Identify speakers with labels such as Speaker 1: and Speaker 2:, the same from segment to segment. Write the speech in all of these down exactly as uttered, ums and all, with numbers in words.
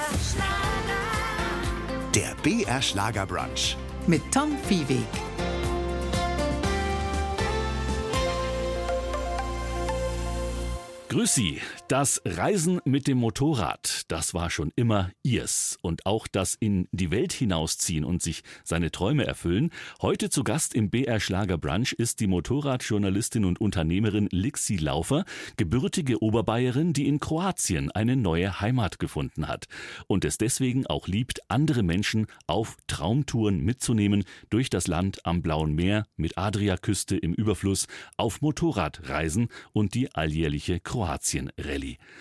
Speaker 1: Der B R Schlagerbrunch
Speaker 2: mit Tom Viehweg.
Speaker 3: Grüß Sie. Das Reisen mit dem Motorrad, das war schon immer Ihrs. Und auch das in die Welt hinausziehen und sich seine Träume erfüllen. Heute zu Gast im B R Schlagerbrunch ist die Motorradjournalistin und Unternehmerin Lixi Laufer, gebürtige Oberbayerin, die in Kroatien eine neue Heimat gefunden hat. Und es deswegen auch liebt, andere Menschen auf Traumtouren mitzunehmen durch das Land am Blauen Meer mit Adriaküste im Überfluss, auf Motorradreisen und die alljährliche Kroatien-Rallye.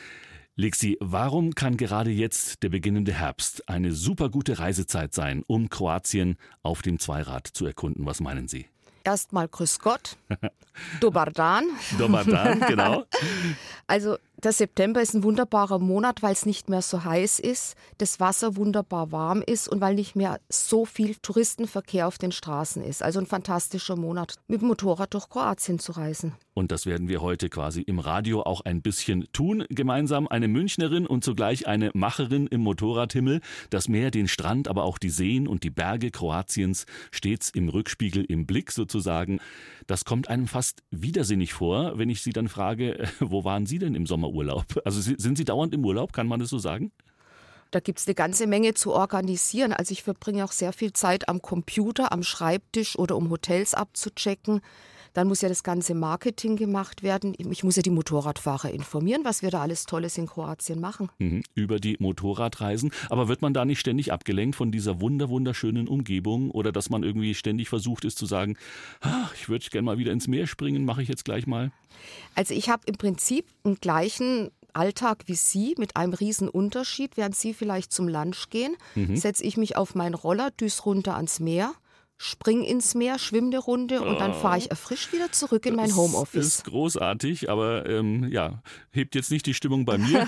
Speaker 3: Lixi, warum kann gerade jetzt der beginnende Herbst eine super gute Reisezeit sein, um Kroatien auf dem Zweirad zu erkunden? Was meinen Sie?
Speaker 4: Erstmal grüß Gott, Dobar dan.
Speaker 3: Dobar dan, genau.
Speaker 4: Also der September ist ein wunderbarer Monat, weil es nicht mehr so heiß ist, das Wasser wunderbar warm ist und weil nicht mehr so viel Touristenverkehr auf den Straßen ist. Also ein fantastischer Monat, mit dem Motorrad durch Kroatien zu reisen.
Speaker 3: Und das werden wir heute quasi im Radio auch ein bisschen tun. Gemeinsam eine Münchnerin und zugleich eine Macherin im Motorradhimmel. Das Meer, den Strand, aber auch die Seen und die Berge Kroatiens stets im Rückspiegel im Blick sozusagen. Das kommt einem fast widersinnig vor, wenn ich Sie dann frage, wo waren Sie denn im Sommerurlaub? Also sind Sie dauernd im Urlaub, kann man das so sagen?
Speaker 4: Da gibt es eine ganze Menge zu organisieren. Also ich verbringe auch sehr viel Zeit am Computer, am Schreibtisch oder um Hotels abzuchecken. Dann muss ja das ganze Marketing gemacht werden. Ich muss ja die Motorradfahrer informieren, was wir da alles Tolles in Kroatien machen.
Speaker 3: Mhm, über die Motorradreisen. Aber wird man da nicht ständig abgelenkt von dieser wunder wunderschönen Umgebung? Oder dass man irgendwie ständig versucht ist zu sagen, ah, ich würde gerne mal wieder ins Meer springen, mache ich jetzt gleich mal?
Speaker 4: Also ich habe im Prinzip einen gleichen Alltag wie Sie mit einem riesen Unterschied. Während Sie vielleicht zum Lunch gehen, mhm. setze ich mich auf meinen Roller, düse runter ans Meer, spring ins Meer, schwimme eine Runde und oh. dann fahre ich erfrischt wieder zurück in mein Homeoffice.
Speaker 3: Das ist großartig, aber ähm, ja, hebt jetzt nicht die Stimmung bei mir,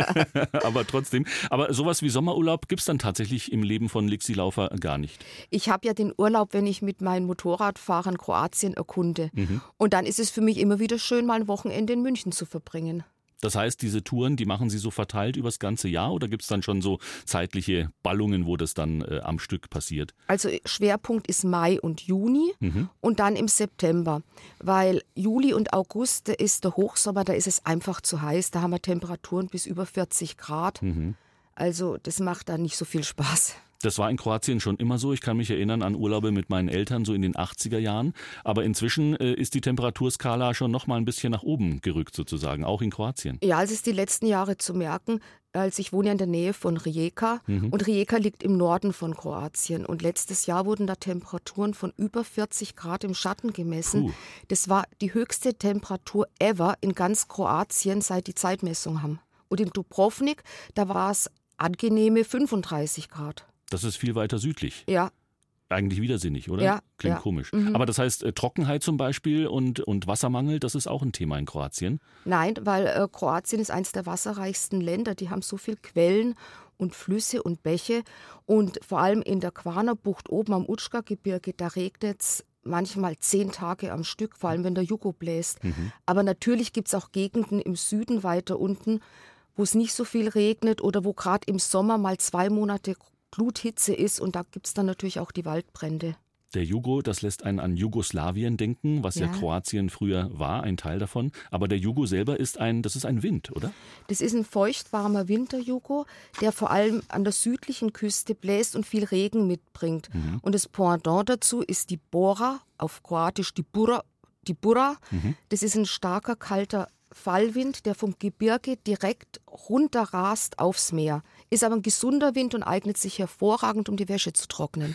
Speaker 3: aber trotzdem. Aber sowas wie Sommerurlaub gibt es dann tatsächlich im Leben von Lixi Laufer gar nicht.
Speaker 4: Ich habe ja den Urlaub, wenn ich mit meinen Motorradfahrern Kroatien erkunde. Mhm. Und dann ist es für mich immer wieder schön, mal ein Wochenende in München zu verbringen.
Speaker 3: Das heißt, diese Touren, die machen Sie so verteilt übers ganze Jahr oder gibt es dann schon so zeitliche Ballungen, wo das dann äh, am Stück passiert?
Speaker 4: Also Schwerpunkt ist Mai und Juni mhm. und dann im September, weil Juli und August ist der Hochsommer, da ist es einfach zu heiß, da haben wir Temperaturen bis über vierzig Grad. Mhm. Also das macht dann nicht so viel Spaß.
Speaker 3: Das war in Kroatien schon immer so. Ich kann mich erinnern an Urlaube mit meinen Eltern so in den achtziger Jahren. Aber inzwischen äh, ist die Temperaturskala schon noch mal ein bisschen nach oben gerückt sozusagen, auch in Kroatien.
Speaker 4: Ja, es ist die letzten Jahre zu merken. Als ich wohne ja in der Nähe von Rijeka mhm. und Rijeka liegt im Norden von Kroatien. Und letztes Jahr wurden da Temperaturen von über vierzig Grad im Schatten gemessen. Puh. Das war die höchste Temperatur ever in ganz Kroatien, seit die Zeitmessung haben. Und in Dubrovnik, da war es angenehme fünfunddreißig Grad.
Speaker 3: Das ist viel weiter südlich.
Speaker 4: Ja.
Speaker 3: Eigentlich widersinnig, oder?
Speaker 4: Ja.
Speaker 3: Klingt
Speaker 4: ja.
Speaker 3: komisch.
Speaker 4: Mhm.
Speaker 3: Aber das heißt, äh, Trockenheit zum Beispiel und, und Wassermangel, das ist auch ein Thema in Kroatien?
Speaker 4: Nein, weil äh, Kroatien ist eines der wasserreichsten Länder. Die haben so viele Quellen und Flüsse und Bäche. Und vor allem in der Kvarnerbucht oben am Učka-Gebirge, da regnet es manchmal zehn Tage am Stück, vor allem wenn der Jugo bläst. Mhm. Aber natürlich gibt es auch Gegenden im Süden weiter unten, wo es nicht so viel regnet oder wo gerade im Sommer mal zwei Monate Gluthitze ist und da gibt es dann natürlich auch die Waldbrände.
Speaker 3: Der Jugo, das lässt einen an Jugoslawien denken, was ja. ja Kroatien früher war, ein Teil davon. Aber der Jugo selber ist ein, das ist ein Wind, oder?
Speaker 4: Das ist ein feuchtwarmer Winterjugo, der vor allem an der südlichen Küste bläst und viel Regen mitbringt. Mhm. Und das Pendant dazu ist die Bora, auf Kroatisch die Bura. Die Bura. Mhm. Das ist ein starker, kalter Fallwind, der vom Gebirge direkt runterrast aufs Meer. Ist aber ein gesunder Wind und eignet sich hervorragend, um die Wäsche zu trocknen.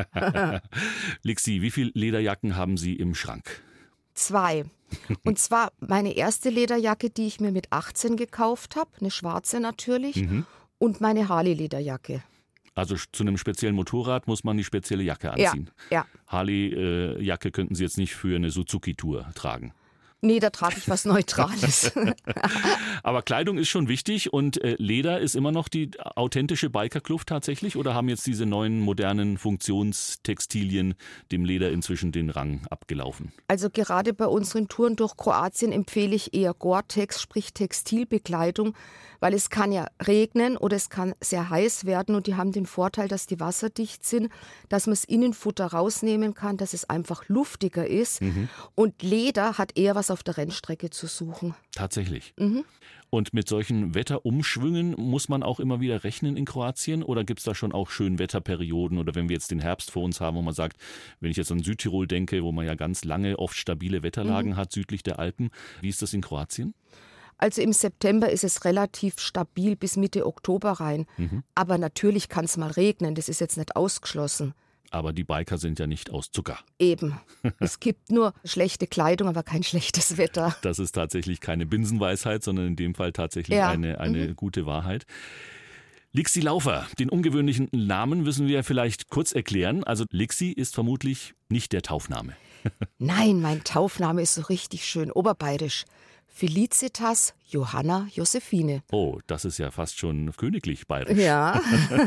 Speaker 3: Lixi, wie viele Lederjacken haben Sie im Schrank?
Speaker 4: Zwei. Und zwar meine erste Lederjacke, die ich mir mit achtzehn gekauft habe, eine schwarze natürlich, mhm. und meine Harley-Lederjacke.
Speaker 3: Also zu einem speziellen Motorrad muss man die spezielle Jacke anziehen.
Speaker 4: Ja, ja.
Speaker 3: Harley-Jacke äh, könnten Sie jetzt nicht für eine Suzuki-Tour tragen.
Speaker 4: Nee, da trage ich was Neutrales.
Speaker 3: Aber Kleidung ist schon wichtig und äh, Leder ist immer noch die authentische Bikerkluft tatsächlich? Oder haben jetzt diese neuen modernen Funktionstextilien dem Leder inzwischen den Rang abgelaufen?
Speaker 4: Also gerade bei unseren Touren durch Kroatien empfehle ich eher Gore-Tex, sprich Textilbekleidung, weil es kann ja regnen oder es kann sehr heiß werden und die haben den Vorteil, dass die wasserdicht sind, dass man das Innenfutter rausnehmen kann, dass es einfach luftiger ist. Mhm. Und Leder hat eher was auf der Rennstrecke zu suchen.
Speaker 3: Tatsächlich.
Speaker 4: Mhm.
Speaker 3: Und mit solchen Wetterumschwüngen muss man auch immer wieder rechnen in Kroatien? Oder gibt es da schon auch Schönwetterperioden? Oder wenn wir jetzt den Herbst vor uns haben, wo man sagt, wenn ich jetzt an Südtirol denke, wo man ja ganz lange oft stabile Wetterlagen mhm. hat, südlich der Alpen. Wie ist das in Kroatien?
Speaker 4: Also im September ist es relativ stabil bis Mitte Oktober rein. Mhm. Aber natürlich kann es mal regnen, das ist jetzt nicht ausgeschlossen.
Speaker 3: Aber die Biker sind ja nicht aus Zucker.
Speaker 4: Eben. Es gibt nur schlechte Kleidung, aber kein schlechtes Wetter.
Speaker 3: Das ist tatsächlich keine Binsenweisheit, sondern in dem Fall tatsächlich ja. eine, eine mhm. gute Wahrheit. Lixi Laufer, den ungewöhnlichen Namen müssen wir vielleicht kurz erklären. Also Lixi ist vermutlich nicht der Taufname.
Speaker 4: Nein, mein Taufname ist so richtig schön oberbayerisch. Felicitas Johanna Josephine.
Speaker 3: Oh, das ist ja fast schon königlich bayerisch.
Speaker 4: Ja.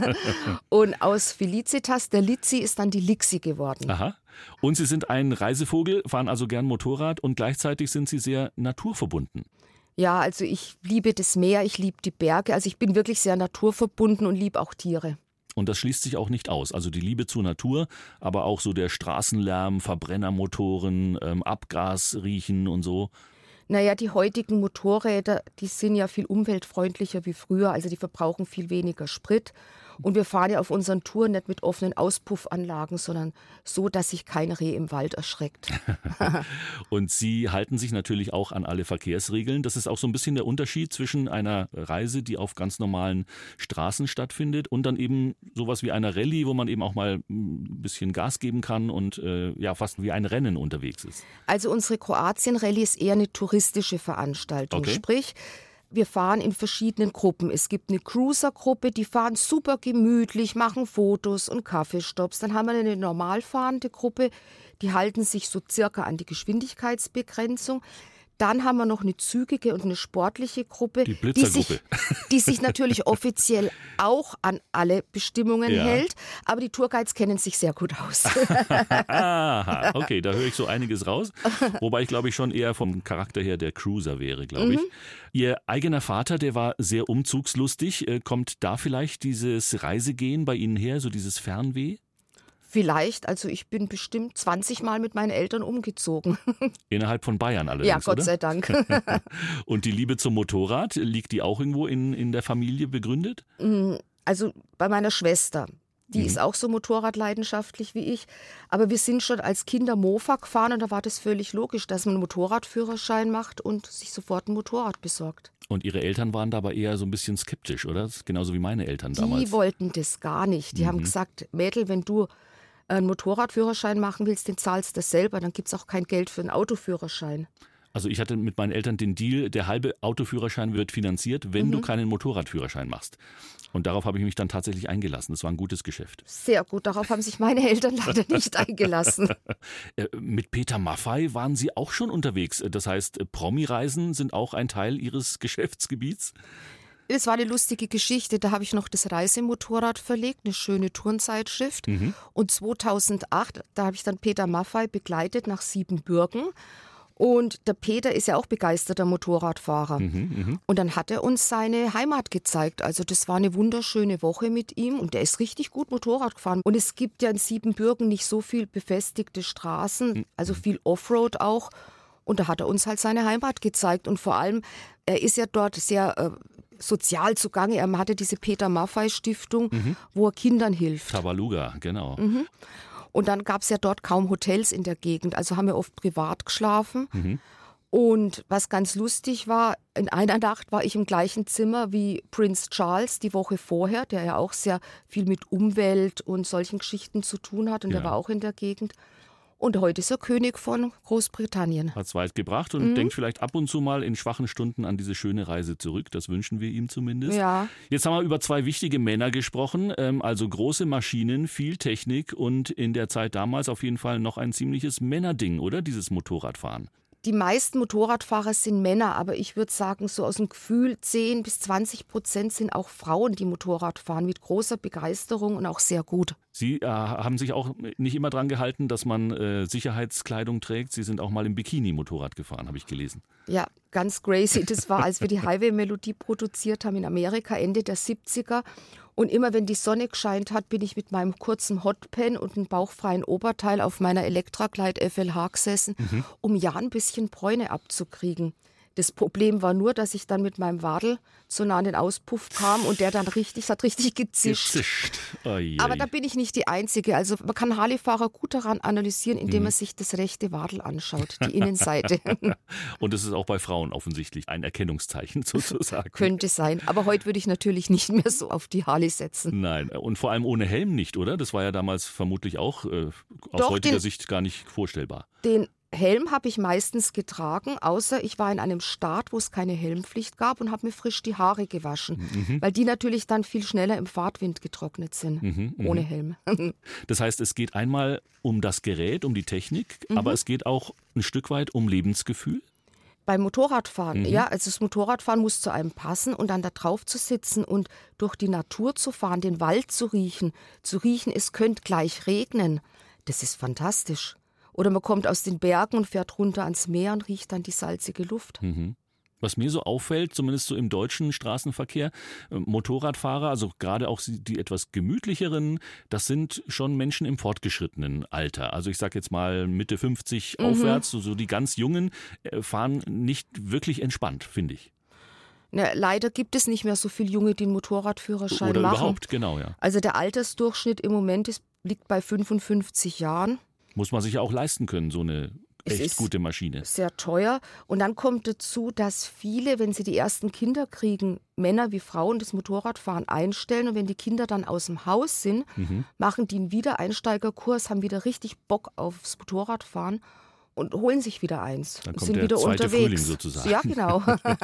Speaker 4: Und aus Felicitas, der Litzi, ist dann die Lixi geworden.
Speaker 3: Aha. Und Sie sind ein Reisevogel, fahren also gern Motorrad und gleichzeitig sind Sie sehr naturverbunden.
Speaker 4: Ja, also ich liebe das Meer, ich liebe die Berge. Also ich bin wirklich sehr naturverbunden und liebe auch Tiere.
Speaker 3: Und das schließt sich auch nicht aus. Also die Liebe zur Natur, aber auch so der Straßenlärm, Verbrennermotoren, ähm, Abgas riechen und so.
Speaker 4: Naja, die heutigen Motorräder, die sind ja viel umweltfreundlicher wie früher. Also die verbrauchen viel weniger Sprit. Und wir fahren ja auf unseren Touren nicht mit offenen Auspuffanlagen, sondern so, dass sich kein Reh im Wald erschreckt.
Speaker 3: Und Sie halten sich natürlich auch an alle Verkehrsregeln. Das ist auch so ein bisschen der Unterschied zwischen einer Reise, die auf ganz normalen Straßen stattfindet, und dann eben sowas wie einer Rallye, wo man eben auch mal ein bisschen Gas geben kann und äh, ja fast wie ein Rennen unterwegs ist.
Speaker 4: Also unsere Kroatien-Rallye ist eher eine touristische Veranstaltung.
Speaker 3: Okay.
Speaker 4: Sprich, wir fahren in verschiedenen Gruppen. Es gibt eine Cruiser-Gruppe, die fahren super gemütlich, machen Fotos und Kaffeestops. Dann haben wir eine normal fahrende Gruppe, die halten sich so circa an die Geschwindigkeitsbegrenzung. Dann haben wir noch eine zügige und eine sportliche Gruppe,
Speaker 3: die Blitzergruppe,
Speaker 4: die sich, die sich natürlich offiziell auch an alle Bestimmungen ja. hält. Aber die Tourguides kennen sich sehr gut aus.
Speaker 3: Aha, okay, da höre ich so einiges raus. Wobei ich glaube ich schon eher vom Charakter her der Cruiser wäre, glaube ich. Mhm. Ihr eigener Vater, der war sehr umzugslustig. Kommt da vielleicht dieses Reisegehen bei Ihnen her, so dieses Fernweh?
Speaker 4: Vielleicht, also ich bin bestimmt zwanzig Mal mit meinen Eltern umgezogen.
Speaker 3: Innerhalb von Bayern allerdings,
Speaker 4: ja, Gott
Speaker 3: oder?
Speaker 4: sei Dank.
Speaker 3: Und die Liebe zum Motorrad, liegt die auch irgendwo in, in der Familie begründet?
Speaker 4: Also bei meiner Schwester. Die mhm. ist auch so motorradleidenschaftlich wie ich. Aber wir sind schon als Kinder Mofa gefahren und da war das völlig logisch, dass man einen Motorradführerschein macht und sich sofort ein Motorrad besorgt.
Speaker 3: Und Ihre Eltern waren dabei eher so ein bisschen skeptisch, oder? Genauso wie meine Eltern damals.
Speaker 4: Die wollten das gar nicht. Die mhm. haben gesagt, Mädel, wenn du einen Motorradführerschein machen willst, den zahlst du selber, dann gibt es auch kein Geld für einen Autoführerschein.
Speaker 3: Also ich hatte mit meinen Eltern den Deal, der halbe Autoführerschein wird finanziert, wenn
Speaker 4: Mhm.
Speaker 3: du keinen Motorradführerschein machst. Und darauf habe ich mich dann tatsächlich eingelassen. Das war ein gutes Geschäft.
Speaker 4: Sehr gut, darauf haben sich meine Eltern leider nicht eingelassen.
Speaker 3: Äh, Mit Peter Maffay waren Sie auch schon unterwegs. Das heißt, Promi-Reisen sind auch ein Teil Ihres Geschäftsgebiets?
Speaker 4: Es war eine lustige Geschichte, da habe ich noch das Reisemotorrad verlegt, eine schöne Turnzeitschrift.
Speaker 3: Mhm.
Speaker 4: Und zweitausendacht, da habe ich dann Peter Maffay begleitet nach Siebenbürgen. Und der Peter ist ja auch begeisterter Motorradfahrer.
Speaker 3: Mhm,
Speaker 4: und dann hat er uns seine Heimat gezeigt. Also das war eine wunderschöne Woche mit ihm und der ist richtig gut Motorrad gefahren. Und es gibt ja in Siebenbürgen nicht so viel befestigte Straßen, also viel Offroad auch. Und da hat er uns halt seine Heimat gezeigt. Und vor allem, er ist ja dort sehr äh, sozial zugange. Er hatte diese Peter Maffay Stiftung,
Speaker 3: Mhm.
Speaker 4: wo er Kindern hilft.
Speaker 3: Tabaluga, genau.
Speaker 4: Mhm. Und dann gab es ja dort kaum Hotels in der Gegend, also haben wir oft privat geschlafen.
Speaker 3: Mhm.
Speaker 4: Und was ganz lustig war, in einer Nacht war ich im gleichen Zimmer wie Prinz Charles die Woche vorher, der ja auch sehr viel mit Umwelt und solchen Geschichten zu tun hat und
Speaker 3: Ja.
Speaker 4: der war auch in der Gegend. Und heute ist er König von Großbritannien.
Speaker 3: Hat's weit gebracht und
Speaker 4: Mhm.
Speaker 3: denkt vielleicht ab und zu mal in schwachen Stunden an diese schöne Reise zurück. Das wünschen wir ihm zumindest.
Speaker 4: Ja.
Speaker 3: Jetzt haben wir über zwei wichtige Männer gesprochen, ähm, also große Maschinen, viel Technik und in der Zeit damals auf jeden Fall noch ein ziemliches Männerding, oder? Dieses Motorradfahren.
Speaker 4: Die meisten Motorradfahrer sind Männer, aber ich würde sagen, so aus dem Gefühl zehn bis zwanzig Prozent sind auch Frauen, die Motorrad fahren, mit großer Begeisterung und auch sehr gut.
Speaker 3: Sie äh, haben sich auch nicht immer dran gehalten, dass man äh, Sicherheitskleidung trägt. Sie sind auch mal im Bikini Motorrad gefahren, habe ich gelesen.
Speaker 4: Ja, ganz crazy. Das war, als wir die Highway-Melodie produziert haben in Amerika, Ende der siebziger. Und immer wenn die Sonne gescheint hat, bin ich mit meinem kurzen Hotpan und einem bauchfreien Oberteil auf meiner Elektra-Glide F L H gesessen, mhm. um ja ein bisschen Bräune abzukriegen. Das Problem war nur, dass ich dann mit meinem Wadel so nah an den Auspuff kam und der dann richtig, hat richtig gezischt. gezischt. Oi, Aber da bin ich nicht die Einzige. Also man kann Harley-Fahrer gut daran analysieren, indem mhm. man sich das rechte Wadel anschaut, die Innenseite.
Speaker 3: Und das ist auch bei Frauen offensichtlich ein Erkennungszeichen sozusagen.
Speaker 4: Könnte sein. Aber heute würde ich natürlich nicht mehr so auf die Harley setzen.
Speaker 3: Nein, und vor allem ohne Helm nicht, oder? Das war ja damals vermutlich auch äh, aus
Speaker 4: Doch,
Speaker 3: heutiger
Speaker 4: den,
Speaker 3: Sicht gar nicht vorstellbar.
Speaker 4: Den Helm habe ich meistens getragen, außer ich war in einem Staat, wo es keine Helmpflicht gab und habe mir frisch die Haare gewaschen, mhm. weil die natürlich dann viel schneller im Fahrtwind getrocknet sind, mhm, ohne Helm.
Speaker 3: Das heißt, es geht einmal um das Gerät, um die Technik, mhm. aber es geht auch ein Stück weit um Lebensgefühl?
Speaker 4: Beim Motorradfahren, mhm. ja, also das Motorradfahren muss zu einem passen und dann da drauf zu sitzen und durch die Natur zu fahren, den Wald zu riechen, zu riechen, es könnte gleich regnen, das ist fantastisch. Oder man kommt aus den Bergen und fährt runter ans Meer und riecht dann die salzige Luft.
Speaker 3: Mhm. Was mir so auffällt, zumindest so im deutschen Straßenverkehr, Motorradfahrer, also gerade auch die etwas gemütlicheren, das sind schon Menschen im fortgeschrittenen Alter. Also ich sage jetzt mal Mitte fünfzig mhm. aufwärts, so, so die ganz Jungen fahren nicht wirklich entspannt, finde ich.
Speaker 4: Na, leider gibt es nicht mehr so viele Junge, die einen Motorradführerschein
Speaker 3: Oder
Speaker 4: machen.
Speaker 3: Oder überhaupt, genau, ja.
Speaker 4: Also der Altersdurchschnitt im Moment ist, liegt bei fünfundfünfzig Jahren.
Speaker 3: Muss man sich ja auch leisten können, so eine echt es ist gute Maschine.
Speaker 4: Sehr teuer. Und dann kommt dazu, dass viele, wenn sie die ersten Kinder kriegen, Männer wie Frauen das Motorradfahren einstellen. Und wenn die Kinder dann aus dem Haus sind, mhm. machen die einen Wiedereinsteigerkurs, haben wieder richtig Bock aufs Motorradfahren und holen sich wieder eins.
Speaker 3: Dann kommt
Speaker 4: sind
Speaker 3: der
Speaker 4: wieder
Speaker 3: zweite
Speaker 4: unterwegs.
Speaker 3: Frühling sozusagen.
Speaker 4: Ja, genau.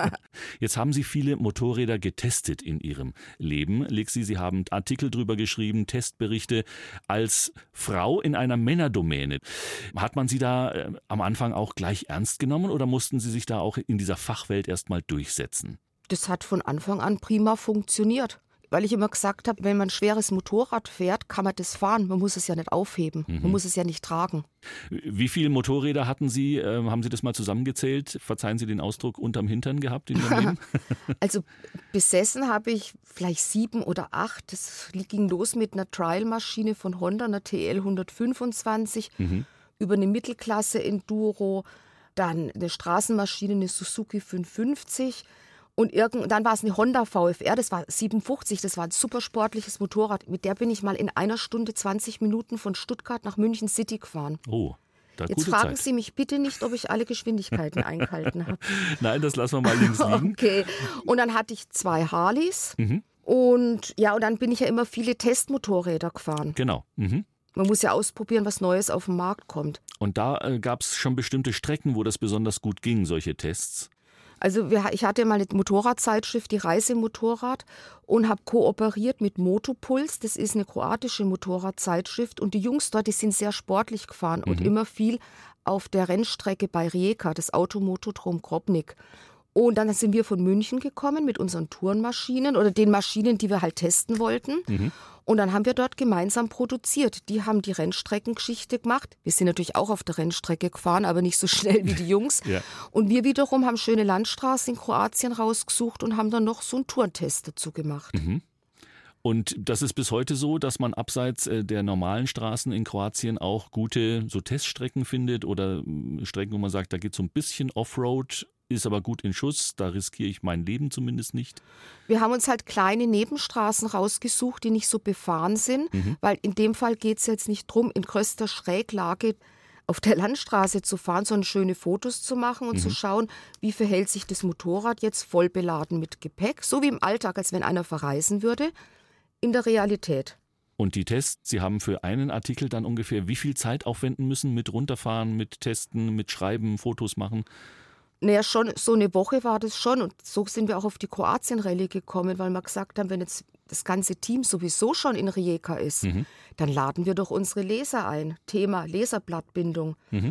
Speaker 3: Jetzt haben Sie viele Motorräder getestet in Ihrem Leben. Lexi, Sie haben Artikel drüber geschrieben, Testberichte. Als Frau in einer Männerdomäne, hat man Sie da äh, am Anfang auch gleich ernst genommen oder mussten Sie sich da auch in dieser Fachwelt erstmal durchsetzen?
Speaker 4: Das hat von Anfang an prima funktioniert. Weil ich immer gesagt habe, wenn man ein schweres Motorrad fährt, kann man das fahren. Man muss es ja nicht aufheben. Mhm. Man muss es ja nicht tragen.
Speaker 3: Wie viele Motorräder hatten Sie? Äh, haben Sie das mal zusammengezählt? Verzeihen Sie den Ausdruck, unterm Hintern gehabt in Ihrem Leben?
Speaker 4: Also besessen habe ich vielleicht sieben oder acht. Das ging los mit einer Trial-Maschine von Honda, einer T L hundertfünfundzwanzig, mhm. über eine Mittelklasse-Enduro, dann eine Straßenmaschine, eine Suzuki fünfhundertfünfzig. Und irgend, dann war es eine Honda V F R, das war siebenundfünfzig, das war ein super sportliches Motorrad. Mit der bin ich mal in einer Stunde zwanzig Minuten von Stuttgart nach München City gefahren.
Speaker 3: Oh, da
Speaker 4: Jetzt
Speaker 3: gute
Speaker 4: fragen
Speaker 3: Zeit.
Speaker 4: Sie mich bitte nicht, ob ich alle Geschwindigkeiten eingehalten habe.
Speaker 3: Nein, das lassen wir mal links liegen.
Speaker 4: Okay, und dann hatte ich zwei Harleys mhm. und ja, und dann bin ich ja immer viele Testmotorräder gefahren.
Speaker 3: Genau. Mhm.
Speaker 4: Man muss ja ausprobieren, was Neues auf den Markt kommt.
Speaker 3: Und da äh, gab es schon bestimmte Strecken, wo das besonders gut ging, solche Tests?
Speaker 4: Also wir, ich hatte mal eine Motorradzeitschrift, die Reisemotorrad, und habe kooperiert mit Motopuls. Das ist eine kroatische Motorradzeitschrift. Und die Jungs dort, die sind sehr sportlich gefahren mhm. und immer viel auf der Rennstrecke bei Rijeka, das Automotodrom Krobnik. Und dann sind wir von München gekommen mit unseren Tourenmaschinen oder den Maschinen, die wir halt testen wollten. Mhm. Und dann haben wir dort gemeinsam produziert. Die haben die Rennstreckengeschichte gemacht. Wir sind natürlich auch auf der Rennstrecke gefahren, aber nicht so schnell wie die Jungs. Ja. Und wir wiederum haben schöne Landstraßen in Kroatien rausgesucht und haben dann noch so einen Tourentest dazu gemacht.
Speaker 3: Mhm. Und das ist bis heute so, dass man abseits der normalen Straßen in Kroatien auch gute so Teststrecken findet oder Strecken, wo man sagt, da geht so ein bisschen Offroad, ist aber gut in Schuss, da riskiere ich mein Leben zumindest nicht.
Speaker 4: Wir haben uns halt kleine Nebenstraßen rausgesucht, die nicht so befahren sind, mhm. weil in dem Fall geht es jetzt nicht darum, in größter Schräglage auf der Landstraße zu fahren, sondern schöne Fotos zu machen und mhm. zu schauen, wie verhält sich das Motorrad jetzt voll beladen mit Gepäck, so wie im Alltag, als wenn einer verreisen würde, in der Realität.
Speaker 3: Und die Tests, Sie haben für einen Artikel dann ungefähr wie viel Zeit aufwenden müssen mit runterfahren, mit Testen, mit Schreiben, Fotos machen?
Speaker 4: Naja, schon so eine Woche war das schon. Und so sind wir auch auf die Kroatien-Rallye gekommen, weil wir gesagt haben, wenn jetzt das ganze Team sowieso schon in Rijeka ist, mhm. dann laden wir doch unsere Leser ein. Thema Leserblattbindung. Mhm.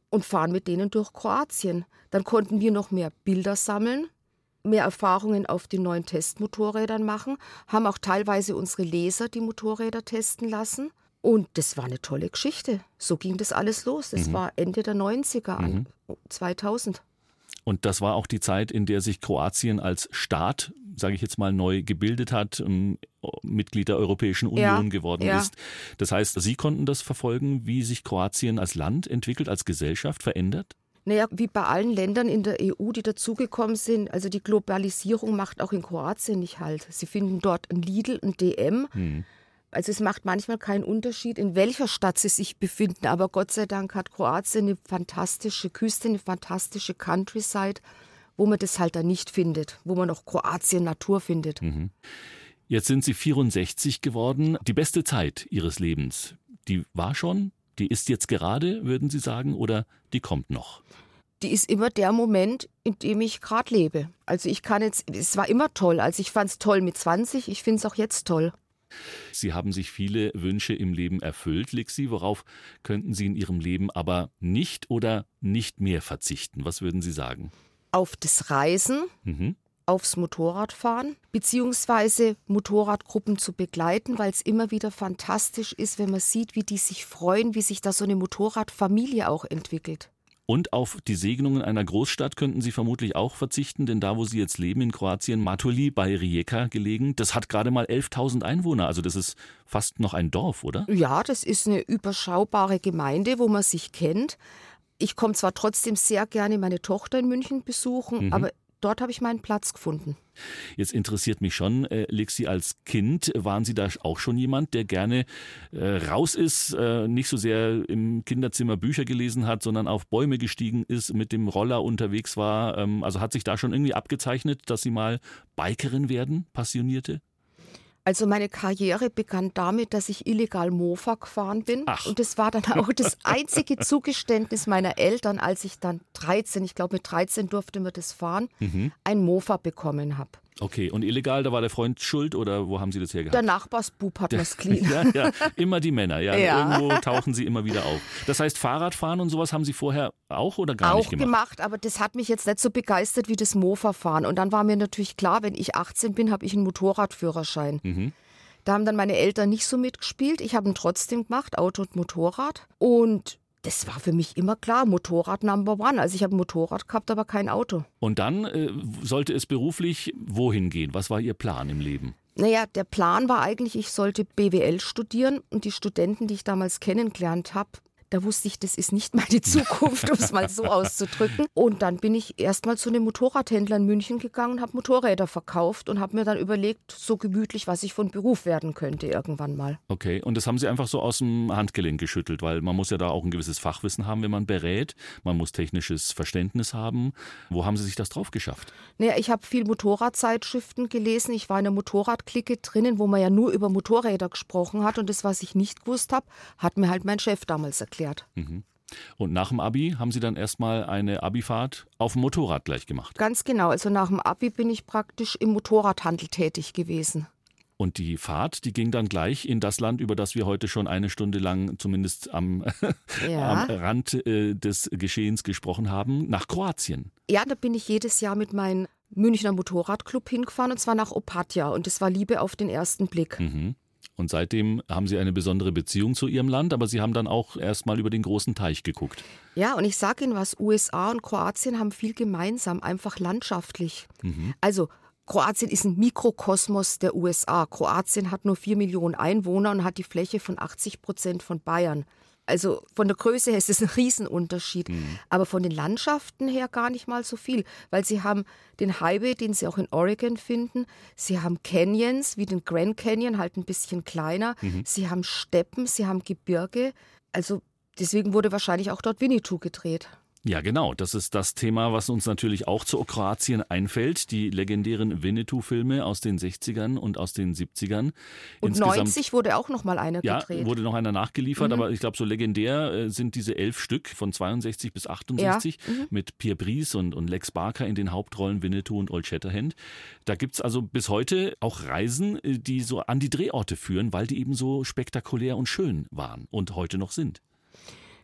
Speaker 4: und fahren mit denen durch Kroatien. Dann konnten wir noch mehr Bilder sammeln, mehr Erfahrungen auf den neuen Testmotorrädern machen, haben auch teilweise unsere Leser die Motorräder testen lassen. Und das war eine tolle Geschichte. So ging das alles los. Das mhm. war Ende der neunziger, mhm. zweitausend.
Speaker 3: Und das war auch die Zeit, in der sich Kroatien als Staat, sage ich jetzt mal, neu gebildet hat, Mitglied der Europäischen Union ja, geworden ja. ist. Das heißt, Sie konnten das verfolgen, wie sich Kroatien als Land entwickelt, als Gesellschaft verändert?
Speaker 4: Naja, wie bei allen Ländern in der E U, die dazugekommen sind, also die Globalisierung macht auch in Kroatien nicht Halt. Sie finden dort ein Lidl, ein D M. Hm. Also es macht manchmal keinen Unterschied, in welcher Stadt sie sich befinden. Aber Gott sei Dank hat Kroatien eine fantastische Küste, eine fantastische Countryside, wo man das halt dann nicht findet, wo man noch Kroatien Natur findet.
Speaker 3: Mhm. Jetzt sind Sie vierundsechzig geworden. Die beste Zeit Ihres Lebens, die war schon, die ist jetzt gerade, würden Sie sagen, oder die kommt noch?
Speaker 4: Die ist immer der Moment, in dem ich gerade lebe. Also ich kann jetzt, es war immer toll. Also ich fand es toll mit zwanzig, ich finde es auch jetzt toll.
Speaker 3: Sie haben sich viele Wünsche im Leben erfüllt, Lixi. Worauf könnten Sie in Ihrem Leben aber nicht oder nicht mehr verzichten? Was würden Sie sagen?
Speaker 4: Auf das Reisen, mhm. aufs Motorradfahren, beziehungsweise Motorradgruppen zu begleiten, weil es immer wieder fantastisch ist, wenn man sieht, wie die sich freuen, wie sich da so eine Motorradfamilie auch entwickelt.
Speaker 3: Und auf die Segnungen einer Großstadt könnten Sie vermutlich auch verzichten, denn da, wo Sie jetzt leben, in Kroatien, Matulji bei Rijeka gelegen, das hat gerade mal elftausend Einwohner. Also das ist fast noch ein Dorf, oder?
Speaker 4: Ja, das ist eine überschaubare Gemeinde, wo man sich kennt. Ich komme zwar trotzdem sehr gerne meine Tochter in München besuchen, mhm. aber dort habe ich meinen Platz gefunden.
Speaker 3: Jetzt interessiert mich schon, äh, Lixi, als Kind, waren Sie da auch schon jemand, der gerne äh, raus ist, äh, nicht so sehr im Kinderzimmer Bücher gelesen hat, sondern auf Bäume gestiegen ist, mit dem Roller unterwegs war? Ähm, also hat sich da schon irgendwie abgezeichnet, dass Sie mal Bikerin werden, Passionierte?
Speaker 4: Also meine Karriere begann damit, dass ich illegal Mofa gefahren bin.
Speaker 3: Ach.
Speaker 4: Und das war dann auch das einzige Zugeständnis meiner Eltern, als ich dann dreizehn, ich glaube mit dreizehn durfte man das fahren, mhm. ein Mofa bekommen habe.
Speaker 3: Okay, und illegal, da war der Freund schuld oder wo haben Sie das hergehabt?
Speaker 4: Der Nachbarsbub hat das clean.
Speaker 3: Ja, ja, immer die Männer, ja.
Speaker 4: ja.
Speaker 3: Irgendwo tauchen sie immer wieder auf. Das heißt, Fahrradfahren und sowas haben Sie vorher auch oder gar
Speaker 4: auch
Speaker 3: nicht gemacht?
Speaker 4: Auch gemacht, aber das hat mich jetzt nicht so begeistert wie das Mofa-Fahren. Und dann war mir natürlich klar, wenn ich achtzehn bin, habe ich einen Motorradführerschein. Mhm. Da haben dann meine Eltern nicht so mitgespielt. Ich habe ihn trotzdem gemacht, Auto und Motorrad. Und das war für mich immer klar, Motorrad Number One. Also ich habe ein Motorrad gehabt, aber kein Auto.
Speaker 3: Und dann äh, sollte es beruflich wohin gehen? Was war Ihr Plan im Leben?
Speaker 4: Naja, der Plan war eigentlich, ich sollte B W L studieren. Und die Studenten, die ich damals kennengelernt habe, da wusste ich, das ist nicht meine Zukunft, um es mal so auszudrücken. Und dann bin ich erst mal zu einem Motorradhändler in München gegangen und habe Motorräder verkauft und habe mir dann überlegt, so gemütlich, was ich von Beruf werden könnte irgendwann mal.
Speaker 3: Okay, und das haben Sie einfach so aus dem Handgelenk geschüttelt, weil man muss ja da auch ein gewisses Fachwissen haben, wenn man berät. Man muss technisches Verständnis haben. Wo haben Sie sich das drauf geschafft?
Speaker 4: Naja, ich habe viel Motorradzeitschriften gelesen. Ich war in einer Motorradklicke drinnen, wo man ja nur über Motorräder gesprochen hat. Und das, was ich nicht gewusst habe, hat mir halt mein Chef damals erklärt.
Speaker 3: Mhm. Und nach dem Abi haben Sie dann erstmal eine Abifahrt auf dem Motorrad gleich gemacht?
Speaker 4: Ganz genau. Also nach dem Abi bin ich praktisch im Motorradhandel tätig gewesen.
Speaker 3: Und die Fahrt, die ging dann gleich in das Land, über das wir heute schon eine Stunde lang zumindest am, ja. am Rand äh, des Geschehens gesprochen haben, nach Kroatien.
Speaker 4: Ja, da bin ich jedes Jahr mit meinem Münchner Motorradclub hingefahren, und zwar nach Opatija. Und das war Liebe auf den ersten Blick.
Speaker 3: Mhm. Und seitdem haben Sie eine besondere Beziehung zu Ihrem Land, aber Sie haben dann auch erst mal über den großen Teich geguckt.
Speaker 4: Ja, und ich sage Ihnen was, U S A und Kroatien haben viel gemeinsam, einfach landschaftlich. Mhm. Also Kroatien ist ein Mikrokosmos der U S A. Kroatien hat nur vier Millionen Einwohner und hat die Fläche von achtzig Prozent von Bayern. Also von der Größe her ist es ein Riesenunterschied. Mhm. Aber von den Landschaften her gar nicht mal so viel. Weil sie haben den Highway, den sie auch in Oregon finden. Sie haben Canyons, wie den Grand Canyon, halt ein bisschen kleiner. Mhm. Sie haben Steppen, sie haben Gebirge. Also deswegen wurde wahrscheinlich auch dort Winnetou gedreht.
Speaker 3: Ja, genau. Das ist das Thema, was uns natürlich auch zu Kroatien einfällt. Die legendären Winnetou-Filme aus den sechzigern und aus den siebzigern.
Speaker 4: Und Insgesamt, neunzig wurde auch noch mal einer gedreht.
Speaker 3: Ja, wurde noch einer nachgeliefert, mhm. aber ich glaube, so legendär äh, sind diese elf Stück von zweiundsechzig bis achtundsechzig ja. mhm. mit Pierre Brice und, und Lex Barker in den Hauptrollen Winnetou und Old Shatterhand. Da gibt es also bis heute auch Reisen, die so an die Drehorte führen, weil die eben so spektakulär und schön waren und heute noch sind.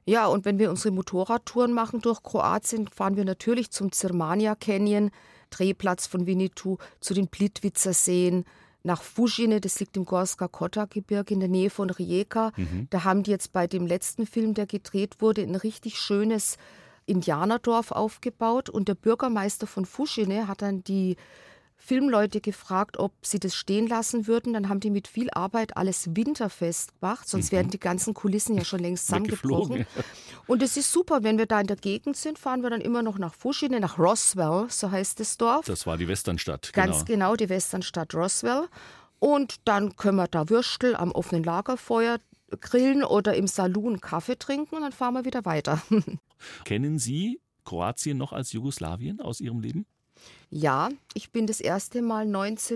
Speaker 4: Ja, und wenn wir unsere Motorradtouren machen durch Kroatien, fahren wir natürlich zum Zrmanja Canyon, Drehplatz von Winnetou, zu den Plitvicer Seen, nach Fužine, das liegt im Gorska Kotar-Gebirge in der Nähe von Rijeka. Mhm. Da haben die jetzt bei dem letzten Film, der gedreht wurde, ein richtig schönes Indianerdorf aufgebaut. Und der Bürgermeister von Fužine hat dann die Filmleute gefragt, ob sie das stehen lassen würden. Dann haben die mit viel Arbeit alles winterfest gemacht, sonst mhm. wären die ganzen Kulissen ja schon längst zusammengebrochen. Und es ist super, wenn wir da in der Gegend sind, fahren wir dann immer noch nach Fužine, nach Roswell, so heißt das Dorf.
Speaker 3: Das war die Westernstadt.
Speaker 4: Ganz
Speaker 3: genau,
Speaker 4: genau die Westernstadt Roswell. Und dann können wir da Würstel am offenen Lagerfeuer grillen oder im Saloon Kaffee trinken und dann fahren wir wieder weiter.
Speaker 3: Kennen Sie Kroatien noch als Jugoslawien aus Ihrem Leben?
Speaker 4: Ja, ich bin das erste Mal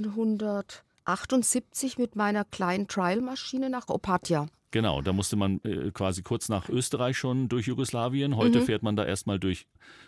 Speaker 4: neunzehnhundertachtundsiebzig mit meiner kleinen Trialmaschine nach Opatija.
Speaker 3: Genau, da musste man äh, quasi kurz nach Österreich schon durch Jugoslawien. Heute mhm. fährt man da erstmal durch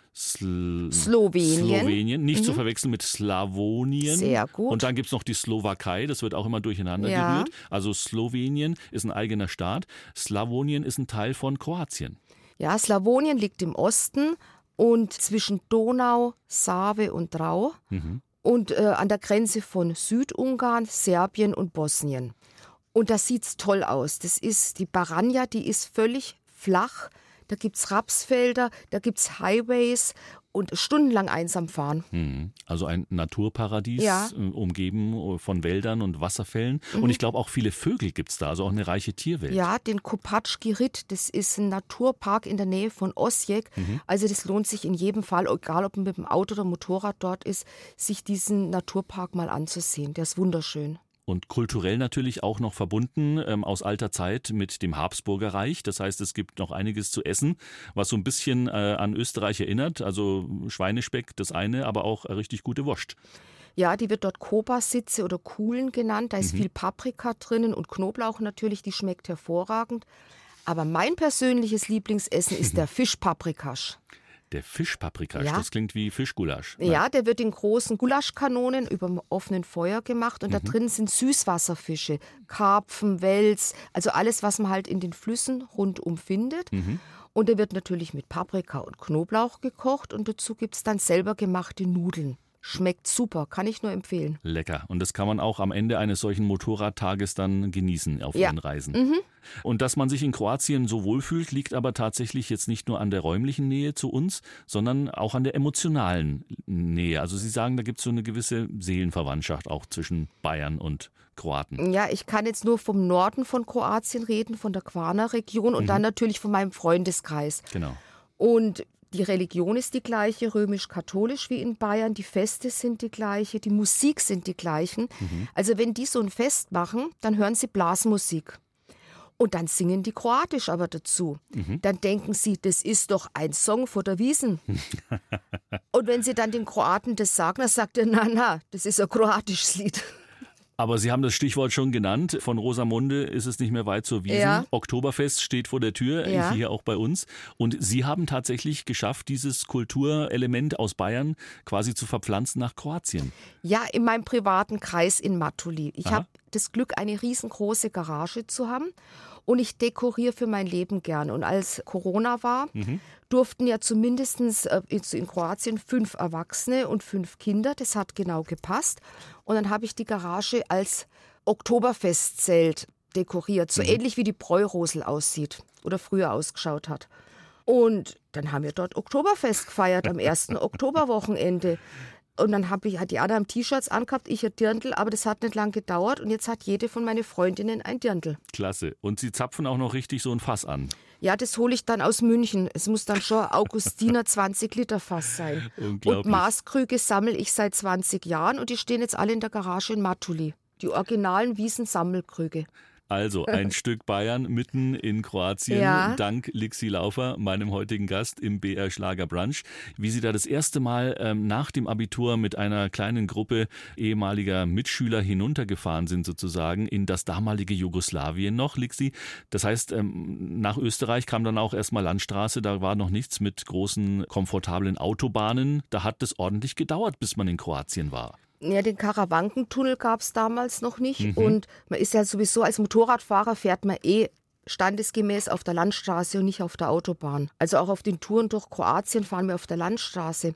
Speaker 3: Sl-
Speaker 4: Slowenien.
Speaker 3: Slowenien. Nicht
Speaker 4: mhm.
Speaker 3: zu verwechseln mit Slawonien.
Speaker 4: Sehr gut.
Speaker 3: Und dann gibt es noch die Slowakei, das wird auch immer durcheinander
Speaker 4: ja.
Speaker 3: gerührt. Also Slowenien ist ein eigener Staat, Slawonien ist ein Teil von Kroatien.
Speaker 4: Ja, Slawonien liegt im Osten und zwischen Donau, Save und Drau mhm. und äh, an der Grenze von Südungarn, Serbien und Bosnien. Und da sieht es toll aus. Das ist die Baranja, die ist völlig flach. Da gibt es Rapsfelder, da gibt es Highways und stundenlang einsam fahren.
Speaker 3: Also ein Naturparadies,
Speaker 4: ja.
Speaker 3: umgeben von Wäldern und Wasserfällen. Mhm. Und ich glaube, auch viele Vögel gibt es da, also auch eine reiche Tierwelt.
Speaker 4: Ja, den Kopatschki Rit, das ist ein Naturpark in der Nähe von Osijek. Mhm. Also das lohnt sich in jedem Fall, egal ob man mit dem Auto oder Motorrad dort ist, sich diesen Naturpark mal anzusehen. Der ist wunderschön.
Speaker 3: Und kulturell natürlich auch noch verbunden ähm, aus alter Zeit mit dem Habsburger Reich. Das heißt, es gibt noch einiges zu essen, was so ein bisschen äh, an Österreich erinnert. Also Schweinespeck, das eine, aber auch äh, richtig gute Wurst.
Speaker 4: Ja, die wird dort Kobasitze oder Kuhlen genannt. Da ist mhm. viel Paprika drinnen und Knoblauch natürlich, die schmeckt hervorragend. Aber mein persönliches Lieblingsessen ist der Fischpaprikasch.
Speaker 3: Der Fischpaprikasch,
Speaker 4: ja.
Speaker 3: das klingt wie Fischgulasch.
Speaker 4: Nein. Ja, der wird in großen Gulaschkanonen über dem offenen Feuer gemacht und mhm. da drin sind Süßwasserfische, Karpfen, Wels, also alles, was man halt in den Flüssen rundum findet. Mhm. Und der wird natürlich mit Paprika und Knoblauch gekocht und dazu gibt es dann selber gemachte Nudeln. Schmeckt super, kann ich nur empfehlen.
Speaker 3: Lecker. Und das kann man auch am Ende eines solchen Motorradtages dann genießen auf
Speaker 4: ja.
Speaker 3: Ihren Reisen.
Speaker 4: Mhm.
Speaker 3: Und dass man sich in Kroatien so wohlfühlt, liegt aber tatsächlich jetzt nicht nur an der räumlichen Nähe zu uns, sondern auch an der emotionalen Nähe. Also Sie sagen, da gibt es so eine gewisse Seelenverwandtschaft auch zwischen Bayern und Kroaten.
Speaker 4: Ja, ich kann jetzt nur vom Norden von Kroatien reden, von der Kvarner-Region und mhm. dann natürlich von meinem Freundeskreis.
Speaker 3: Genau.
Speaker 4: Und die Religion ist die gleiche, römisch-katholisch wie in Bayern, die Feste sind die gleiche, die Musik sind die gleichen. Mhm. Also wenn die so ein Fest machen, dann hören sie Blasmusik. Und dann singen die Kroatisch aber dazu. Mhm. Dann denken sie, das ist doch ein Song vor der Wiesn. Und wenn sie dann den Kroaten das sagen, dann sagt er, na, na, das ist ein kroatisches Lied.
Speaker 3: Aber Sie haben das Stichwort schon genannt. Von Rosamunde ist es nicht mehr weit zur Wiesn.
Speaker 4: Ja.
Speaker 3: Oktoberfest steht vor der Tür,
Speaker 4: ja.
Speaker 3: hier auch bei uns. Und Sie haben tatsächlich geschafft, dieses Kulturelement aus Bayern quasi zu verpflanzen nach Kroatien.
Speaker 4: Ja, in meinem privaten Kreis in Matuli. Ich habe das Glück, eine riesengroße Garage zu haben. Und ich dekoriere für mein Leben gern. Und als Corona war, mhm. durften ja zumindest in Kroatien fünf Erwachsene und fünf Kinder. Das hat genau gepasst. Und dann habe ich die Garage als Oktoberfestzelt dekoriert. So mhm. ähnlich wie die Bräurosel aussieht oder früher ausgeschaut hat. Und dann haben wir dort Oktoberfest gefeiert am ersten Oktoberwochenende. Und dann habe ich, hat die anderen T-Shirts angehabt, ich ein Dirndl, aber das hat nicht lang gedauert und jetzt hat jede von meinen Freundinnen ein Dirndl.
Speaker 3: Klasse. Und Sie zapfen auch noch richtig so ein Fass an?
Speaker 4: Ja, das hole ich dann aus München. Es muss dann schon Augustiner zwanzig Liter Fass sein.
Speaker 3: Unglaublich.
Speaker 4: Und Maßkrüge sammle ich seit zwanzig Jahren und die stehen jetzt alle in der Garage in Matuli. Die originalen Wiesen-Sammelkrüge.
Speaker 3: Also ein Stück Bayern mitten in Kroatien,
Speaker 4: ja.
Speaker 3: dank Lixi Laufer, meinem heutigen Gast im B R Schlager Brunch. Wie Sie da das erste Mal ähm, nach dem Abitur mit einer kleinen Gruppe ehemaliger Mitschüler hinuntergefahren sind sozusagen in das damalige Jugoslawien noch, Lixi. Das heißt, ähm, nach Österreich kam dann auch erstmal Landstraße, da war noch nichts mit großen, komfortablen Autobahnen. Da hat es ordentlich gedauert, bis man in Kroatien war.
Speaker 4: Ja, den Karawankentunnel gab es damals noch nicht.
Speaker 3: Mhm.
Speaker 4: Und man ist ja sowieso als Motorradfahrer fährt man eh standesgemäß auf der Landstraße und nicht auf der Autobahn. Also auch auf den Touren durch Kroatien fahren wir auf der Landstraße.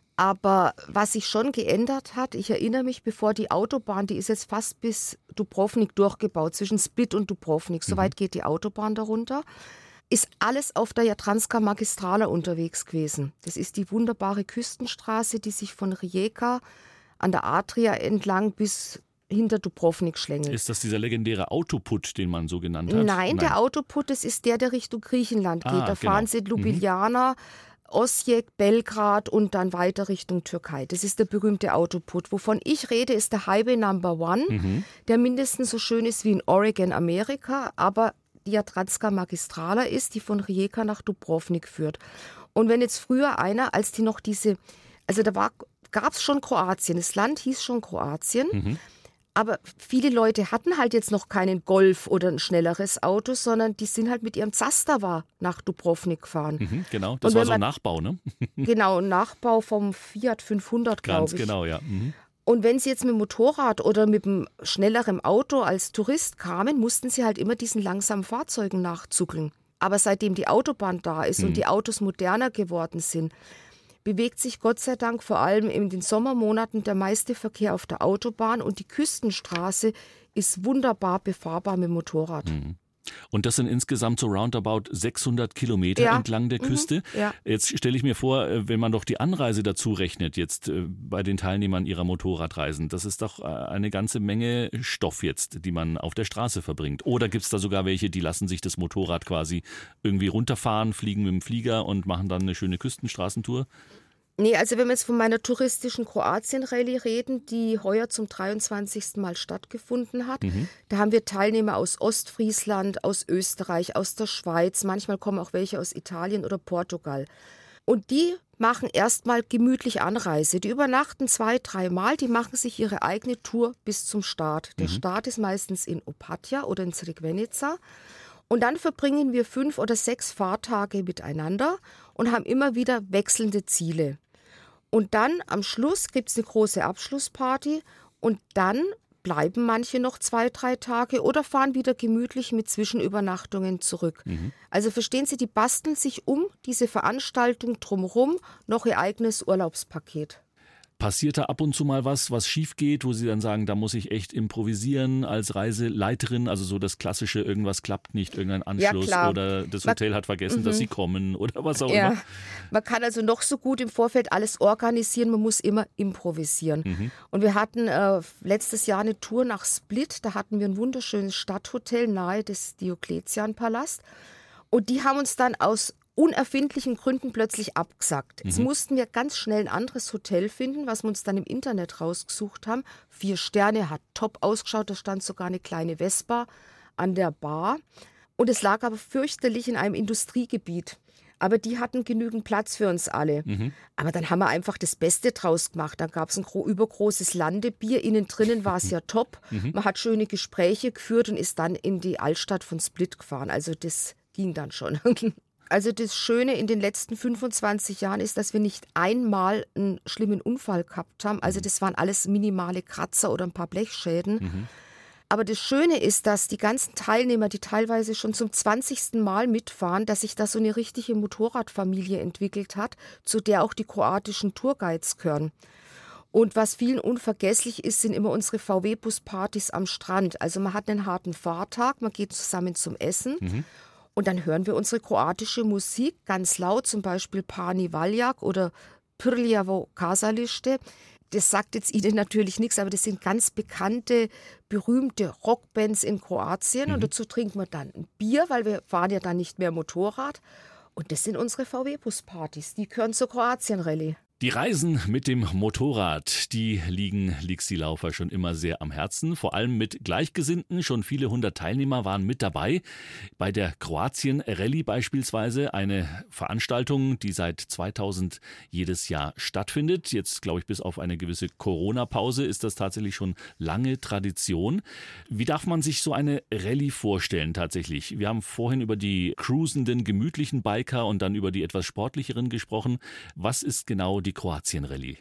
Speaker 4: Aber was sich schon geändert hat, ich erinnere mich, bevor die Autobahn, die ist jetzt fast bis Dubrovnik durchgebaut, zwischen Split und Dubrovnik, so weit geht die Autobahn darunter, ist alles auf der Jadranska Magistrala unterwegs gewesen. Das ist die wunderbare Küstenstraße, die sich von Rijeka an der Adria entlang bis hinter Dubrovnik schlängelt.
Speaker 3: Ist das dieser legendäre Autoput, den man so genannt hat?
Speaker 4: Nein,
Speaker 3: Nein.
Speaker 4: der Autoput, das ist der, der Richtung Griechenland geht.
Speaker 3: Ah,
Speaker 4: da
Speaker 3: genau.
Speaker 4: fahren sie Ljubljana, Osijek, Belgrad und dann weiter Richtung Türkei. Das ist der berühmte Autoput. Wovon ich rede, ist der Highway Number One,
Speaker 3: Mhm.
Speaker 4: der mindestens so schön ist wie in Oregon, Amerika, aber die Jadranska Magistrala ist, die von Rijeka nach Dubrovnik führt. Und wenn jetzt früher einer, als die noch diese, also da gab es schon Kroatien, das Land hieß schon Kroatien,
Speaker 3: Mhm.
Speaker 4: aber viele Leute hatten halt jetzt noch keinen Golf oder ein schnelleres Auto, sondern die sind halt mit ihrem Zastava nach Dubrovnik gefahren.
Speaker 3: Mhm, genau, das
Speaker 4: Und
Speaker 3: war
Speaker 4: wenn
Speaker 3: so ein
Speaker 4: man-
Speaker 3: Nachbau, ne?
Speaker 4: Genau, ein Nachbau vom Fiat fünfhundert, glaube
Speaker 3: Ganz
Speaker 4: ich.
Speaker 3: genau, ja. Mhm.
Speaker 4: Und wenn sie jetzt mit dem Motorrad oder mit einem schnelleren Auto als Tourist kamen, mussten sie halt immer diesen langsamen Fahrzeugen nachzuckeln. Aber seitdem die Autobahn da ist und die Autos moderner geworden sind, bewegt sich Gott sei Dank vor allem in den Sommermonaten der meiste Verkehr auf der Autobahn und die Küstenstraße ist wunderbar befahrbar mit dem Motorrad.
Speaker 3: Und das sind insgesamt so roundabout sechshundert Kilometer
Speaker 4: Ja.
Speaker 3: entlang der
Speaker 4: Mhm.
Speaker 3: Küste.
Speaker 4: Ja.
Speaker 3: Jetzt stelle ich mir vor, äh, wenn man doch die Anreise dazu rechnet, jetzt äh, bei den Teilnehmern ihrer Motorradreisen, das ist doch äh, eine ganze Menge Stoff jetzt, die man auf der Straße verbringt. Oder gibt es da sogar welche, die lassen sich das Motorrad quasi irgendwie runterfahren, fliegen mit dem Flieger und machen dann eine schöne Küstenstraßentour?
Speaker 4: Nee, also wenn wir jetzt von meiner touristischen Kroatien-Rallye reden, die heuer zum dreiundzwanzigsten Mal stattgefunden hat, da haben wir Teilnehmer aus Ostfriesland, aus Österreich, aus der Schweiz, manchmal kommen auch welche aus Italien oder Portugal. Und die machen erstmal gemütlich Anreise. Die übernachten zwei, dreimal, die machen sich ihre eigene Tour bis zum Start. Der Start ist meistens in Opatija oder in Crikvenica. Und dann verbringen wir fünf oder sechs Fahrtage miteinander und haben immer wieder wechselnde Ziele. Und dann am Schluss gibt es eine große Abschlussparty und dann bleiben manche noch zwei, drei Tage oder fahren wieder gemütlich mit Zwischenübernachtungen zurück. Also verstehen Sie, die basteln sich um diese Veranstaltung drumherum noch ihr eigenes Urlaubspaket.
Speaker 3: Passiert da ab und zu mal was, was schief geht, wo Sie dann sagen, da muss ich echt improvisieren als Reiseleiterin? Also so das klassische, irgendwas klappt nicht, irgendein Anschluss
Speaker 4: klar.
Speaker 3: oder das
Speaker 4: Man-
Speaker 3: Hotel hat vergessen, dass Sie kommen oder was auch
Speaker 4: Ja,
Speaker 3: immer.
Speaker 4: man kann also noch so gut im Vorfeld alles organisieren, man muss immer improvisieren. Und wir hatten äh, letztes Jahr eine Tour nach Split, da hatten wir ein wunderschönes Stadthotel nahe des Diokletian-Palast. Und die haben uns dann aus unerfindlichen Gründen plötzlich abgesagt. Jetzt mussten wir ganz schnell ein anderes Hotel finden, was wir uns dann im Internet rausgesucht haben. Vier Sterne, hat top ausgeschaut, da stand sogar eine kleine Vespa an der Bar. Und es lag aber fürchterlich in einem Industriegebiet. Aber die hatten genügend Platz für uns alle. Aber dann haben wir einfach das Beste draus gemacht. Dann gab es ein gro- übergroßes Landebier. Innen drinnen war es ja top. Man hat schöne Gespräche geführt und ist dann in die Altstadt von Split gefahren. Also das ging dann schon. Also das Schöne in den letzten fünfundzwanzig Jahren ist, dass wir nicht einmal einen schlimmen Unfall gehabt haben. Also das waren alles minimale Kratzer oder ein paar Blechschäden. Aber das Schöne ist, dass die ganzen Teilnehmer, die teilweise schon zum zwanzigsten Mal mitfahren, dass sich da so eine richtige Motorradfamilie entwickelt hat, zu der auch die kroatischen Tourguides gehören. Und was vielen unvergesslich ist, sind immer unsere V W-Bus-Partys am Strand. Also man hat einen harten Fahrtag, man geht zusammen zum Essen. Und dann hören wir unsere kroatische Musik ganz laut, zum Beispiel Pani Valjak oder Prljavo Kazalište. Das sagt jetzt Ihnen natürlich nichts, aber das sind ganz bekannte, berühmte Rockbands in Kroatien. Und dazu trinken wir dann ein Bier, weil wir fahren ja dann nicht mehr Motorrad. Und das sind unsere V W-Bus-Partys, die gehören zur Kroatien-Rallye.
Speaker 3: Die Reisen mit dem Motorrad, die liegen Lixi Laufer schon immer sehr am Herzen, vor allem mit Gleichgesinnten. Schon viele hundert Teilnehmer waren mit dabei. Bei der Kroatien-Rallye beispielsweise, eine Veranstaltung, die seit zweitausend jedes Jahr stattfindet. Jetzt, glaube ich, bis auf eine gewisse Corona-Pause ist das tatsächlich schon lange Tradition. Wie darf man sich so eine Rallye vorstellen tatsächlich? Wir haben vorhin über die cruisenden, gemütlichen Biker und dann über die etwas sportlicheren gesprochen. Was ist genau die Die Kroatien-Rallye?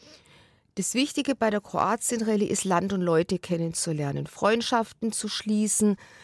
Speaker 4: Das Wichtige bei der Kroatien-Rallye ist, Land und Leute kennenzulernen, Freundschaften zu schließen,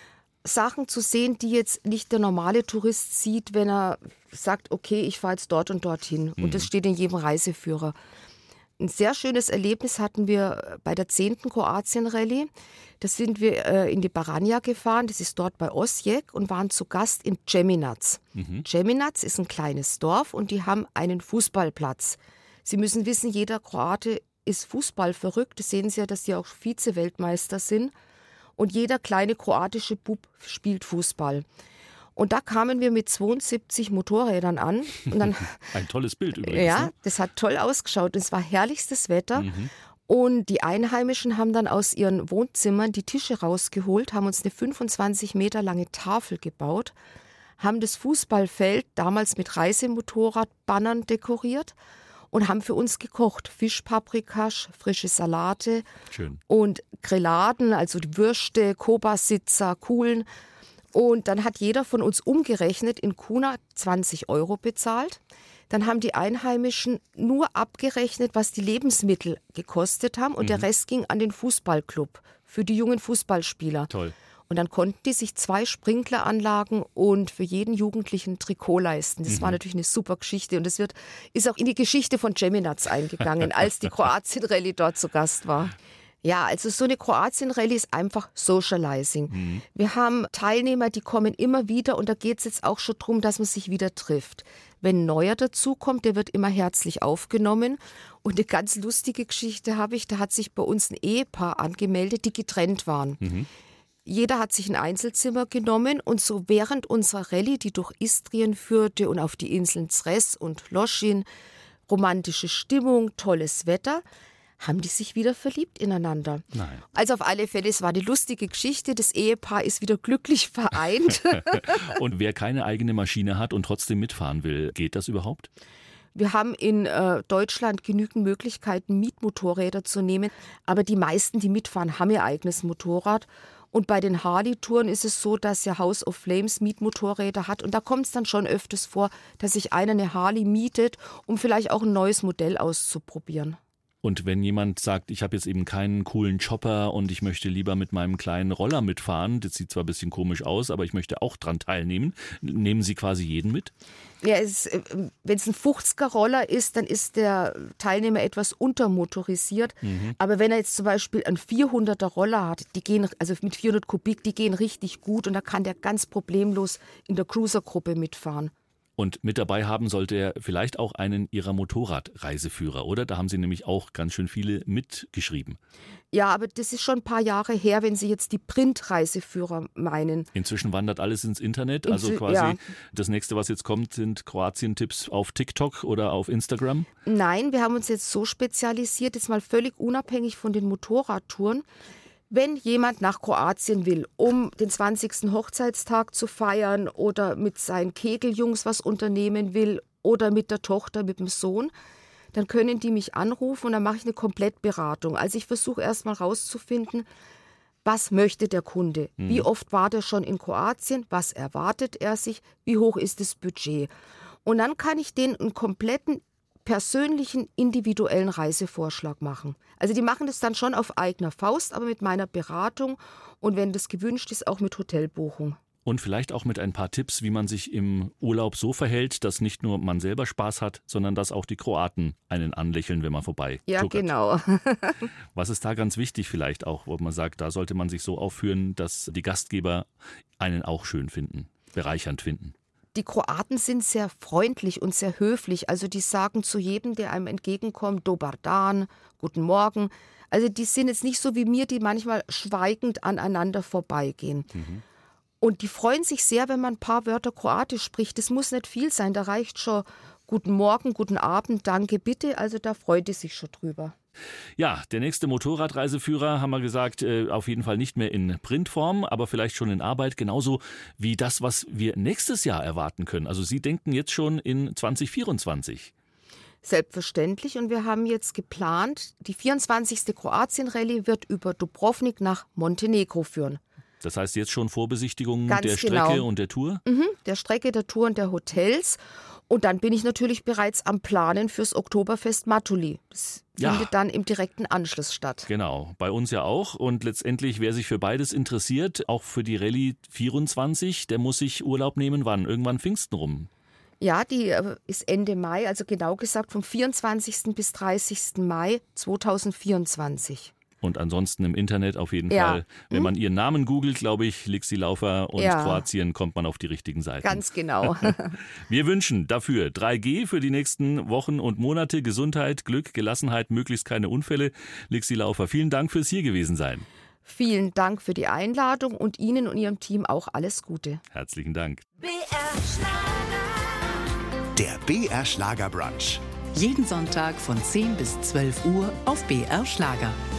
Speaker 4: Sachen zu sehen, die jetzt nicht der normale Tourist sieht, wenn er sagt, okay, ich fahre jetzt dort und dorthin. Mhm. Und das steht in jedem Reiseführer. Ein sehr schönes Erlebnis hatten wir bei der zehnten Kroatien-Rallye. Da sind wir äh, in die Baranja gefahren, das ist dort bei Osijek, und waren zu Gast in Čeminac. Mhm. Čeminac ist ein kleines Dorf und die haben einen Fußballplatz. Sie müssen wissen, jeder Kroate ist Fußball verrückt. Das sehen Sie ja, dass die auch Vize-Weltmeister sind. Und jeder kleine kroatische Bub spielt Fußball. Und da kamen wir mit zweiundsiebzig Motorrädern an. Und dann,
Speaker 3: ein tolles Bild übrigens.
Speaker 4: Ja,
Speaker 3: ne?
Speaker 4: Das hat toll ausgeschaut. Es war herrlichstes Wetter. Mhm. Und die Einheimischen haben dann aus ihren Wohnzimmern die Tische rausgeholt, haben uns eine fünfundzwanzig Meter lange Tafel gebaut, haben das Fußballfeld damals mit Reisemotorradbannern dekoriert und haben für uns gekocht. Fischpaprikasch, frische Salate.
Speaker 3: Schön.
Speaker 4: Und Grilladen, also die Würste, Kobasitzer, Kuhlen. Und dann hat jeder von uns umgerechnet in Kuna zwanzig Euro bezahlt. Dann haben die Einheimischen nur abgerechnet, was die Lebensmittel gekostet haben. Und mhm. der Rest ging an den Fußballclub für die jungen Fußballspieler.
Speaker 3: Toll.
Speaker 4: Und dann konnten die sich zwei Sprinkleranlagen und für jeden Jugendlichen ein Trikot leisten. Das mhm. war natürlich eine super Geschichte. Und das wird, ist auch in die Geschichte von Čeminac eingegangen, als die Kroatien-Rallye dort zu Gast war. Ja, also so eine Kroatien-Rallye ist einfach Socializing. Mhm. Wir haben Teilnehmer, die kommen immer wieder und da geht es jetzt auch schon darum, dass man sich wieder trifft. Wenn ein Neuer dazukommt, der wird immer herzlich aufgenommen. Und eine ganz lustige Geschichte habe ich, da hat sich bei uns ein Ehepaar angemeldet, die getrennt waren. Mhm. Jeder hat sich ein Einzelzimmer genommen und so während unserer Rallye, die durch Istrien führte und auf die Inseln Zres und Lošinj, romantische Stimmung, tolles Wetter, haben die sich wieder verliebt ineinander.
Speaker 3: Nein.
Speaker 4: Also auf alle Fälle, es war eine lustige Geschichte. Das Ehepaar ist wieder glücklich vereint.
Speaker 3: Und wer keine eigene Maschine hat und trotzdem mitfahren will, geht das überhaupt?
Speaker 4: Wir haben in äh, Deutschland genügend Möglichkeiten, Mietmotorräder zu nehmen. Aber die meisten, die mitfahren, haben ihr eigenes Motorrad. Und bei den Harley-Touren ist es so, dass ja House of Flames Mietmotorräder hat. Und da kommt es dann schon öfters vor, dass sich einer eine Harley mietet, um vielleicht auch ein neues Modell auszuprobieren.
Speaker 3: Und wenn jemand sagt, ich habe jetzt eben keinen coolen Chopper und ich möchte lieber mit meinem kleinen Roller mitfahren, das sieht zwar ein bisschen komisch aus, aber ich möchte auch dran teilnehmen, nehmen Sie quasi jeden mit?
Speaker 4: Ja, wenn es ein fünfziger-Roller ist, dann ist der Teilnehmer etwas untermotorisiert. Mhm. Aber wenn er jetzt zum Beispiel einen vierhunderter-Roller hat, die gehen, also mit vierhundert Kubik, die gehen richtig gut und da kann der ganz problemlos in der Cruiser-Gruppe mitfahren.
Speaker 3: Und mit dabei haben sollte er vielleicht auch einen Ihrer Motorradreiseführer, oder? Da haben Sie nämlich auch ganz schön viele mitgeschrieben.
Speaker 4: Ja, aber das ist schon ein paar Jahre her, wenn Sie jetzt die Print-Reiseführer meinen.
Speaker 3: Inzwischen wandert alles ins Internet, also Inzw- quasi ja. Das nächste, was jetzt kommt, sind Kroatien-Tipps auf TikTok oder auf Instagram?
Speaker 4: Nein, wir haben uns jetzt so spezialisiert, jetzt mal völlig unabhängig von den Motorradtouren. Wenn jemand nach Kroatien will, um den zwanzigsten Hochzeitstag zu feiern oder mit seinen Kegeljungs was unternehmen will oder mit der Tochter, mit dem Sohn, dann können die mich anrufen und dann mache ich eine Komplettberatung. Also ich versuche erst mal rauszufinden, was möchte der Kunde? Mhm. Wie oft war der schon in Kroatien? Was erwartet er sich? Wie hoch ist das Budget? Und dann kann ich den einen kompletten persönlichen, individuellen Reisevorschlag machen. Also die machen das dann schon auf eigener Faust, aber mit meiner Beratung und wenn das gewünscht ist, auch mit Hotelbuchung.
Speaker 3: Und vielleicht auch mit ein paar Tipps, wie man sich im Urlaub so verhält, dass nicht nur man selber Spaß hat, sondern dass auch die Kroaten einen anlächeln, wenn man vorbei
Speaker 4: Ja,
Speaker 3: tuckert.
Speaker 4: Genau.
Speaker 3: Was ist da ganz wichtig vielleicht auch, wo man sagt, da sollte man sich so aufführen, dass die Gastgeber einen auch schön finden, bereichernd finden?
Speaker 4: Die Kroaten sind sehr freundlich und sehr höflich. Also die sagen zu jedem, der einem entgegenkommt, Dobar dan, guten Morgen. Also die sind jetzt nicht so wie mir, die manchmal schweigend aneinander vorbeigehen. Mhm. Und die freuen sich sehr, wenn man ein paar Wörter Kroatisch spricht. Das muss nicht viel sein, da reicht schon guten Morgen, guten Abend, danke, bitte. Also da freut es sich schon drüber.
Speaker 3: Ja, der nächste Motorradreiseführer, haben wir gesagt, äh, auf jeden Fall nicht mehr in Printform, aber vielleicht schon in Arbeit, genauso wie das, was wir nächstes Jahr erwarten können. Also Sie denken jetzt schon in zwanzig vierundzwanzig.
Speaker 4: Selbstverständlich und wir haben jetzt geplant, die vierundzwanzigste Kroatien-Rallye wird über Dubrovnik nach Montenegro führen.
Speaker 3: Das heißt jetzt schon Vorbesichtigungen
Speaker 4: Ganz
Speaker 3: der Strecke
Speaker 4: genau.
Speaker 3: und der Tour?
Speaker 4: Mhm, der Strecke, der Tour und der Hotels. Und dann bin ich natürlich bereits am Planen fürs Oktoberfest Matuli. Das
Speaker 3: Ja.
Speaker 4: findet dann im direkten Anschluss statt.
Speaker 3: Genau, bei uns ja auch. Und letztendlich, wer sich für beides interessiert, auch für die Rallye vierundzwanzig, der muss sich Urlaub nehmen. Wann? Irgendwann Pfingsten rum.
Speaker 4: Ja, die äh, ist Ende Mai, also genau gesagt vom vierundzwanzigsten bis dreißigsten Mai zweitausendvierundzwanzig.
Speaker 3: Und ansonsten im Internet auf jeden
Speaker 4: Ja.
Speaker 3: Fall. Wenn
Speaker 4: Hm?
Speaker 3: man ihren Namen googelt, glaube ich, Lixi Laufer und
Speaker 4: Ja.
Speaker 3: Kroatien, kommt man auf die richtigen Seiten.
Speaker 4: Ganz genau.
Speaker 3: Wir wünschen dafür drei G für die nächsten Wochen und Monate. Gesundheit, Glück, Gelassenheit, möglichst keine Unfälle. Lixi Laufer, vielen Dank fürs hier gewesen sein.
Speaker 4: Vielen Dank für die Einladung und Ihnen und Ihrem Team auch alles Gute.
Speaker 3: Herzlichen Dank.
Speaker 2: B R Schlager.
Speaker 1: Der B R Schlager Brunch.
Speaker 5: Jeden Sonntag von zehn bis zwölf Uhr auf B R Schlager.